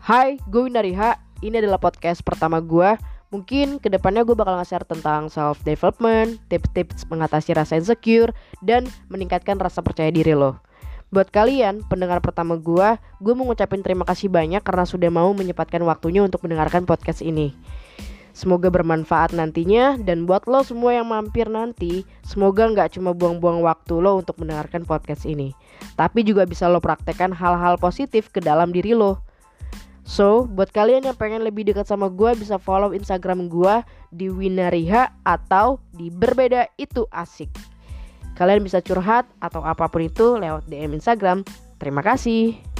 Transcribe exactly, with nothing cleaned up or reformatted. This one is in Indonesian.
Hai, gue Winariha. Ini adalah podcast pertama gue. Mungkin kedepannya gue bakal nge-share tentang self-development, tips-tips mengatasi rasa insecure, dan meningkatkan rasa percaya diri lo. Buat kalian, pendengar pertama gue, gue mau ngucapin terima kasih banyak karena sudah mau menyempatkan waktunya untuk mendengarkan podcast ini. Semoga bermanfaat nantinya, dan buat lo semua yang mampir nanti, semoga gak cuma buang-buang waktu lo untuk mendengarkan podcast ini, tapi juga bisa lo praktekkan hal-hal positif ke dalam diri lo. So, buat kalian yang pengen lebih dekat sama gue, bisa follow Instagram gue di Winariha atau di Berbeda Itu Asik. Kalian bisa curhat atau apapun itu lewat D M Instagram. Terima kasih.